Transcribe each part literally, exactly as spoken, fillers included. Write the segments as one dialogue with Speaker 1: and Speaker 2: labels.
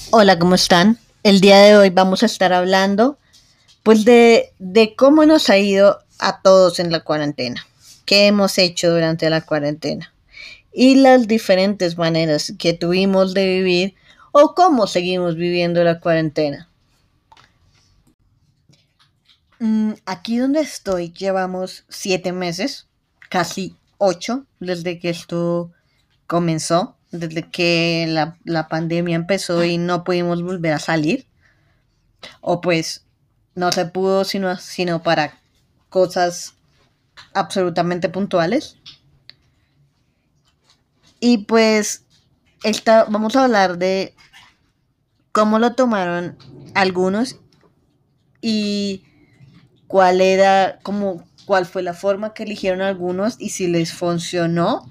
Speaker 1: Hola, ¿cómo están? El día de hoy vamos a estar hablando pues de, de cómo nos ha ido a todos en la cuarentena, qué hemos hecho durante la cuarentena y las diferentes maneras que tuvimos de vivir o cómo seguimos viviendo la cuarentena. Mm, aquí donde estoy llevamos siete meses, casi ocho, desde que esto comenzó, desde que la, la pandemia empezó y no pudimos volver a salir. O pues no se pudo sino, sino para cosas absolutamente puntuales. Y pues esta, vamos a hablar de cómo lo tomaron algunos y cuál era, como, cuál fue la forma que eligieron algunos y si les funcionó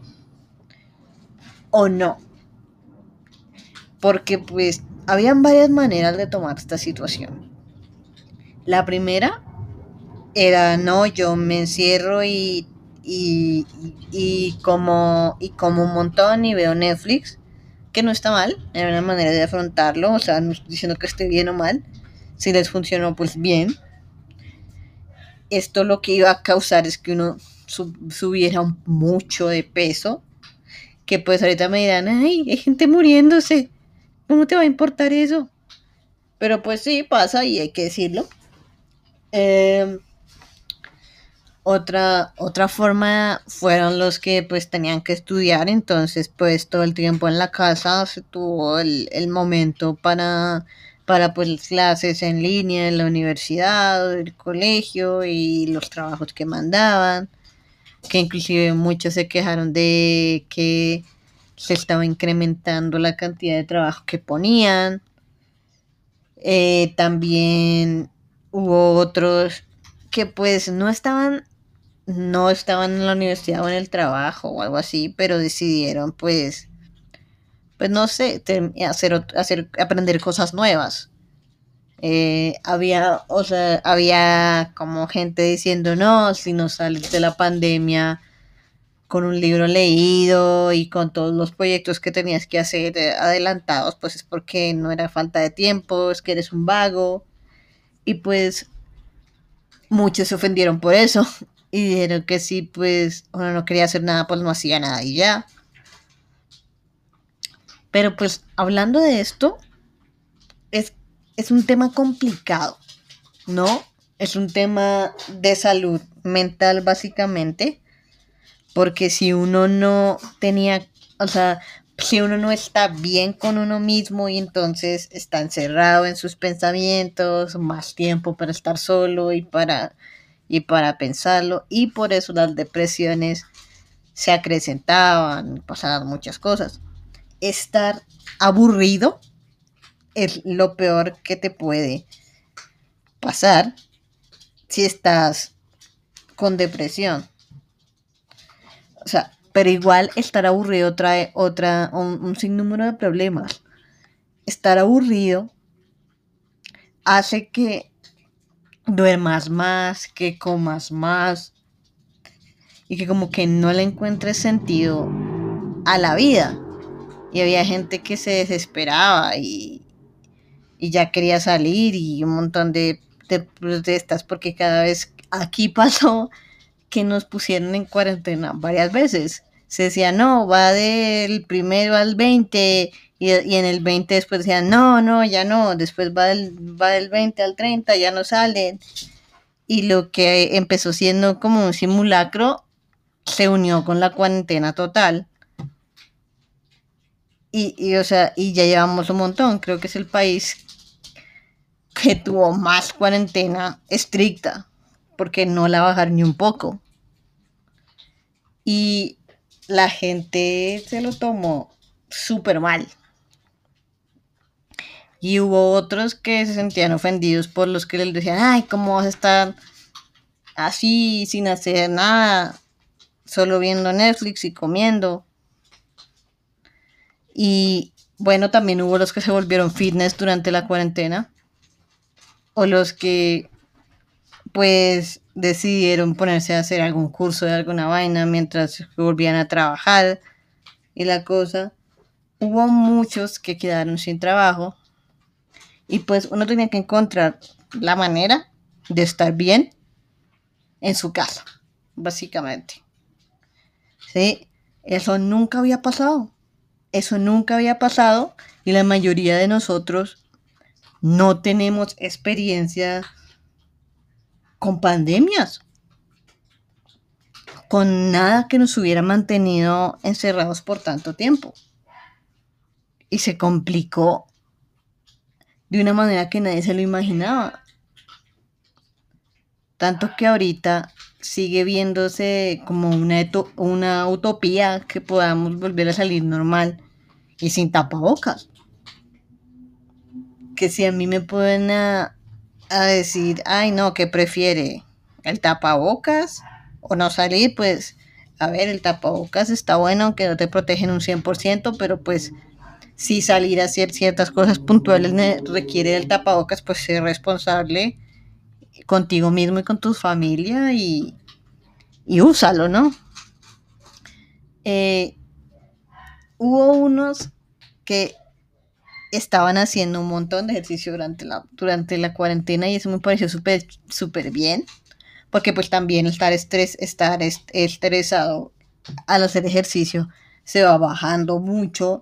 Speaker 1: o no. Porque pues habían varias maneras de tomar esta situación. La primera era, no, yo me encierro y, y, y, como, y como un montón y veo Netflix, que no está mal, era una manera de afrontarlo, o sea, no estoy diciendo que esté bien o mal, si les funcionó, pues bien. Esto lo que iba a causar es que uno sub, subiera mucho de peso, que pues ahorita me dirán, ay, hay gente muriéndose, ¿cómo te va a importar eso? Pero pues sí, pasa y hay que decirlo. Eh, Otra, otra forma fueron los que pues tenían que estudiar, entonces pues todo el tiempo en la casa se tuvo el, el momento para, para pues clases en línea en la universidad, el colegio y los trabajos que mandaban, que inclusive muchos se quejaron de que se estaba incrementando la cantidad de trabajo que ponían. Eh, también hubo otros que pues no estaban no estaban en la universidad o en el trabajo o algo así, pero decidieron pues, pues no sé, hacer, hacer aprender cosas nuevas. Eh, había, o sea, había como gente diciendo, no, si no sales de la pandemia con un libro leído y con todos los proyectos que tenías que hacer eh, adelantados, pues es porque no era falta de tiempo, es que eres un vago. Y pues muchos se ofendieron por eso y dijeron que si pues uno no quería hacer nada, pues no hacía nada y ya. Pero pues hablando de esto, es, es un tema complicado, ¿no? Es un tema de salud mental básicamente, porque si uno no tenía, o sea, si uno no está bien con uno mismo y entonces está encerrado en sus pensamientos, más tiempo para estar solo y para, y para pensarlo, y por eso las depresiones se acrecentaban, pasaban muchas cosas. Estar aburrido es lo peor que te puede pasar si estás con depresión. O sea, pero igual estar aburrido trae otra, un, un sinnúmero de problemas. Estar aburrido hace que duermas más, que comas más y que como que no le encuentres sentido a la vida. Y había gente que se desesperaba y, y ya quería salir y un montón de, de protestas porque cada vez aquí pasó que nos pusieron en cuarentena varias veces. Se decía, no, va del primero al veinte y, y en el veinte después decían, no, no, ya no, después va del, va del veinte al treinta, ya no salen. Y lo que empezó siendo como un simulacro se unió con la cuarentena total. Y, y, o sea, y ya llevamos un montón, creo que es el país que tuvo más cuarentena estricta, porque no la bajaron ni un poco. Y la gente se lo tomó súper mal. Y hubo otros que se sentían ofendidos por los que les decían, ay, ¿cómo vas a estar así sin hacer nada? Solo viendo Netflix y comiendo. Y bueno, también hubo los que se volvieron fitness durante la cuarentena. O los que pues decidieron ponerse a hacer algún curso de alguna vaina mientras volvían a trabajar y la cosa. Hubo muchos que quedaron sin trabajo Y pues uno tenía que encontrar la manera de estar bien en su casa, básicamente. ¿Sí? Eso nunca había pasado. Eso nunca había pasado y la mayoría de nosotros no tenemos experiencia con pandemias, con nada que nos hubiera mantenido encerrados por tanto tiempo. Y se complicó de una manera que nadie se lo imaginaba. Tanto que ahorita sigue viéndose como una, una utopía que podamos volver a salir normal y sin tapabocas. Que si a mí me pueden a, a decir, ay no, ¿qué prefiere? ¿El tapabocas o no salir? Pues, a ver, el tapabocas está bueno, aunque no te protegen un cien por ciento, pero pues si salir a hacer ciertas cosas puntuales requiere del tapabocas, pues ser responsable contigo mismo y con tu familia y, y úsalo, ¿no? Eh, hubo unos que estaban haciendo un montón de ejercicio durante la, durante la cuarentena y eso me pareció súper súper bien, porque pues también estar, estrés, estar est estresado al hacer ejercicio se va bajando mucho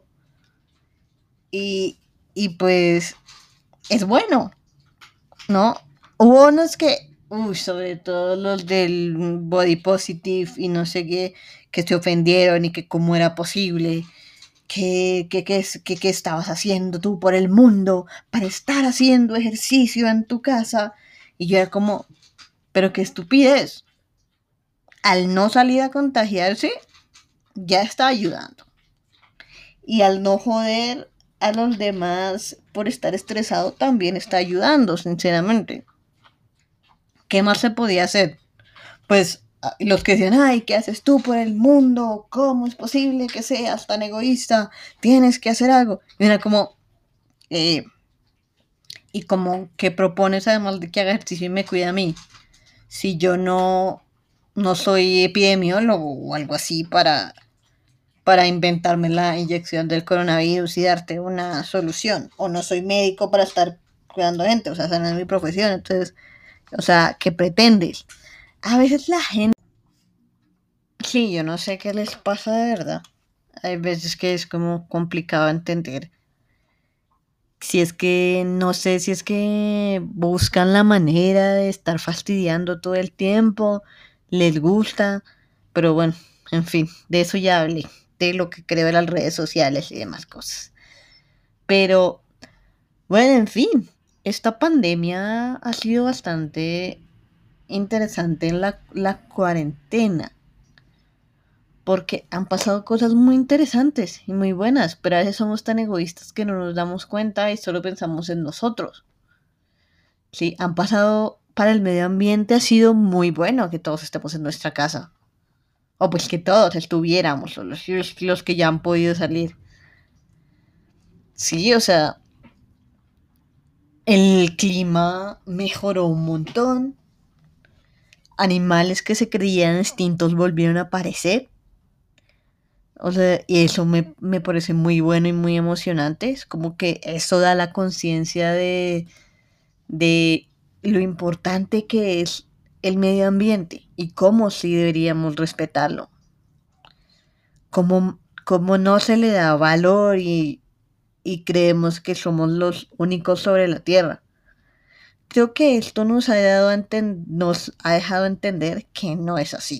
Speaker 1: y, y pues es bueno, ¿no? Hubo unos que, uy, sobre todo los del body positive y no sé qué, que se ofendieron y que cómo era posible, que, que, que, que, que estabas haciendo tú por el mundo para estar haciendo ejercicio en tu casa. Y yo era como, pero qué estupidez. Al no salir a contagiarse, ya está ayudando. Y al no joder a los demás por estar estresado, también está ayudando, sinceramente. ¿Qué más se podía hacer? Pues los que decían, ay, ¿qué haces tú por el mundo? ¿Cómo es posible que seas tan egoísta? Tienes que hacer algo. Y era como, eh, y como que propones además de que haga ejercicio y me cuida a mí. Si yo no, no soy epidemiólogo o algo así para, para inventarme la inyección del coronavirus y darte una solución. O no soy médico para estar cuidando gente. O sea, esa no es mi profesión. Entonces, o sea, ¿qué pretendes? A veces la gente... Sí, yo no sé qué les pasa de verdad. Hay veces que es como complicado entender. Si es que, no sé, si es que buscan la manera de estar fastidiando todo el tiempo, les gusta, pero bueno, en fin, de eso ya hablé, de lo que creo en las redes sociales y demás cosas. Pero, bueno, en fin, esta pandemia ha sido bastante interesante en la, la cuarentena. Porque han pasado cosas muy interesantes y muy buenas, pero a veces somos tan egoístas que no nos damos cuenta y solo pensamos en nosotros. Sí, han pasado para el medio ambiente, ha sido muy bueno que todos estemos en nuestra casa. O pues que todos estuviéramos, o los, los que ya han podido salir. Sí, o sea, el clima mejoró un montón. Animales que se creían extintos volvieron a aparecer. O sea, y eso me, me parece muy bueno y muy emocionante. Es como que eso da la conciencia de, de lo importante que es el medio ambiente y cómo sí deberíamos respetarlo. Cómo, cómo no se le da valor y, y creemos que somos los únicos sobre la tierra. Creo que esto nos ha, dado a enten- nos ha dejado entender que no es así.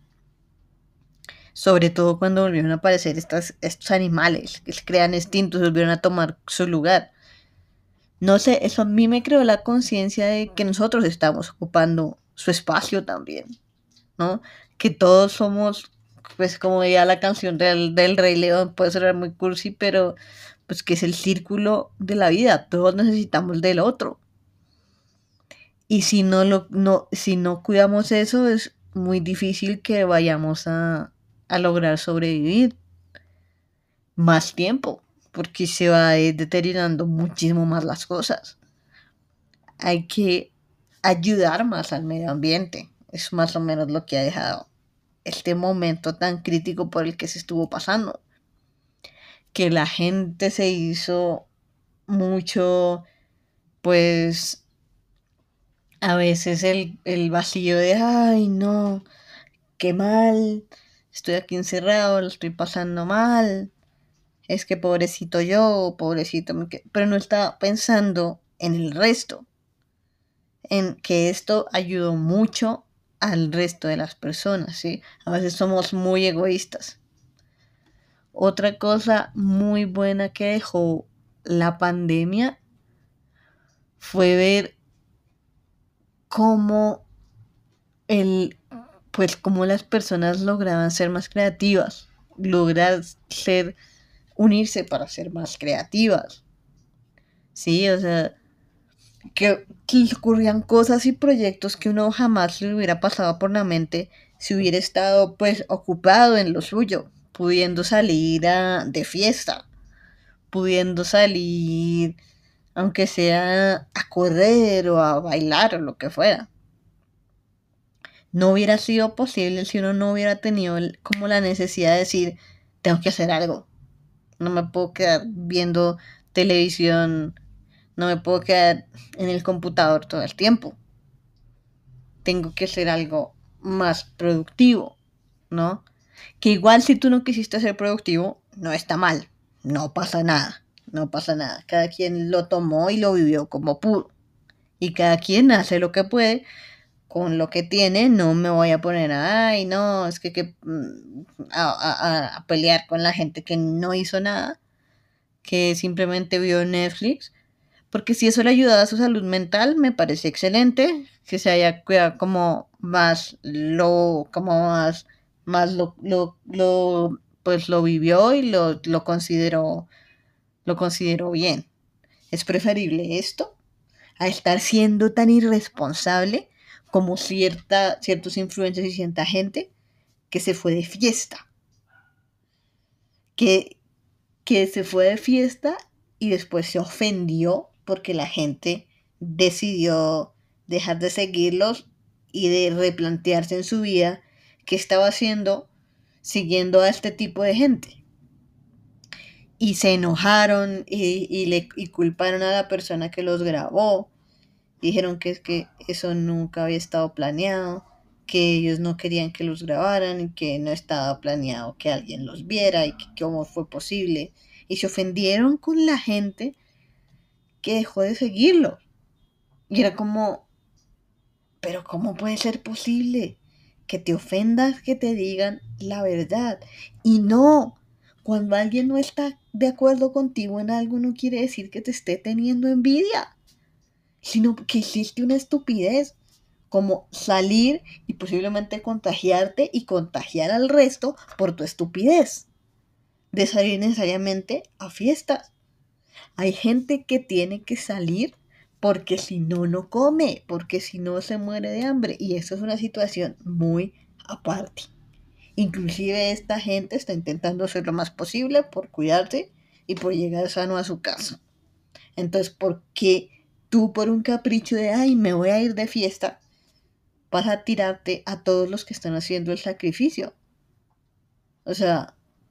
Speaker 1: Sobre todo cuando volvieron a aparecer estas, estos animales que se crean extintos, volvieron a tomar su lugar. No sé, eso a mí me creó la conciencia de que nosotros estamos ocupando su espacio también, ¿no? Que todos somos, pues como ya la canción del, del Rey León, puede ser muy cursi, pero pues que es el círculo de la vida, todos necesitamos del otro. Y si no, lo, no, si no cuidamos eso, es muy difícil que vayamos a, a lograr sobrevivir más tiempo, porque se va a ir deteriorando muchísimo más las cosas. Hay que ayudar más al medio ambiente. Es más o menos lo que ha dejado este momento tan crítico por el que se estuvo pasando. Que la gente se hizo mucho, pues a veces el, el vacío de, ay, no, qué mal, estoy aquí encerrado, lo estoy pasando mal, es que pobrecito yo, pobrecito, me que-". Pero no estaba pensando en el resto, en que esto ayudó mucho al resto de las personas, ¿sí? A veces somos muy egoístas. Otra cosa muy buena que dejó la pandemia fue ver cómo el, pues cómo las personas lograban ser más creativas, lograr ser, unirse para ser más creativas. Sí, o sea, que, que ocurrían cosas y proyectos que uno jamás le hubiera pasado por la mente si hubiera estado pues ocupado en lo suyo, pudiendo salir a, de fiesta, pudiendo salir aunque sea a correr o a bailar o lo que fuera. No hubiera sido posible si uno no hubiera tenido el- como la necesidad de decir, tengo que hacer algo. No me puedo quedar viendo televisión, no me puedo quedar en el computador todo el tiempo. Tengo que hacer algo más productivo, ¿no? Que igual si tú no quisiste ser productivo, no está mal, no pasa nada, no pasa nada. Cada quien lo tomó y lo vivió como pudo. Y cada quien hace lo que puede con lo que tiene. No me voy a poner, ay, no, es que, que mm, a, a- a pelear con la gente que no hizo nada, que simplemente vio Netflix. Porque si eso le ayuda a su salud mental, me parece excelente que se haya cuidado como más lo, como más, más lo, lo, lo, pues lo vivió y lo, lo consideró, lo consideró bien. Es preferible esto a estar siendo tan irresponsable como cierta, ciertos influencers y cierta gente que se fue de fiesta, que, que se fue de fiesta y después se ofendió porque la gente decidió dejar de seguirlos y de replantearse en su vida qué estaba haciendo siguiendo a este tipo de gente. Y se enojaron y, y le y culparon a la persona que los grabó. Dijeron que es que eso nunca había estado planeado, que ellos no querían que los grabaran y que no estaba planeado que alguien los viera y que cómo fue posible. Y se ofendieron con la gente que dejó de seguirlo. Y era como, pero ¿cómo puede ser posible que te ofendas, que te digan la verdad? Y no, cuando alguien no está de acuerdo contigo en algo no quiere decir que te esté teniendo envidia, sino que hiciste una estupidez, como salir y posiblemente contagiarte y contagiar al resto por tu estupidez de salir necesariamente a fiestas. Hay gente que tiene que salir porque si no, no come, porque si no se muere de hambre. Y eso es una situación muy aparte. Inclusive esta gente está intentando hacer lo más posible por cuidarse y por llegar sano a su casa. Entonces, ¿por qué tú por un capricho de, ay, me voy a ir de fiesta, vas a tirarte a todos los que están haciendo el sacrificio? O sea,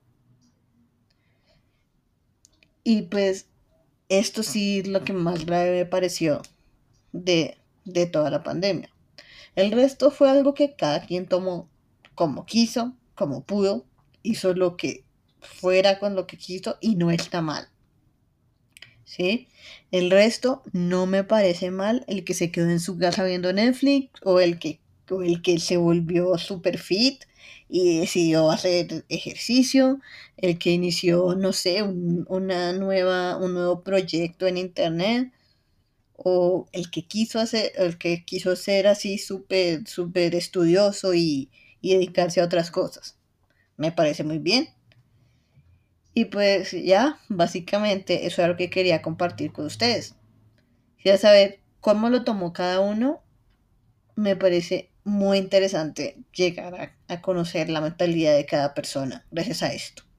Speaker 1: y pues esto sí es lo que más grave me pareció de, de toda la pandemia. El resto fue algo que cada quien tomó como quiso, como pudo, hizo lo que fuera con lo que quiso y no está mal. ¿Sí? El resto no me parece mal, el que se quedó en su casa viendo Netflix o el que, o el que se volvió super fit y decidió hacer ejercicio, el que inició, no sé, un, una nueva, un nuevo proyecto en internet o el que quiso hacer, el que quiso ser así súper, súper estudioso y, y dedicarse a otras cosas. Me parece muy bien. Y pues ya, básicamente eso era lo que quería compartir con ustedes. Quería saber cómo lo tomó cada uno. Me parece muy interesante llegar a, a conocer la mentalidad de cada persona gracias a esto.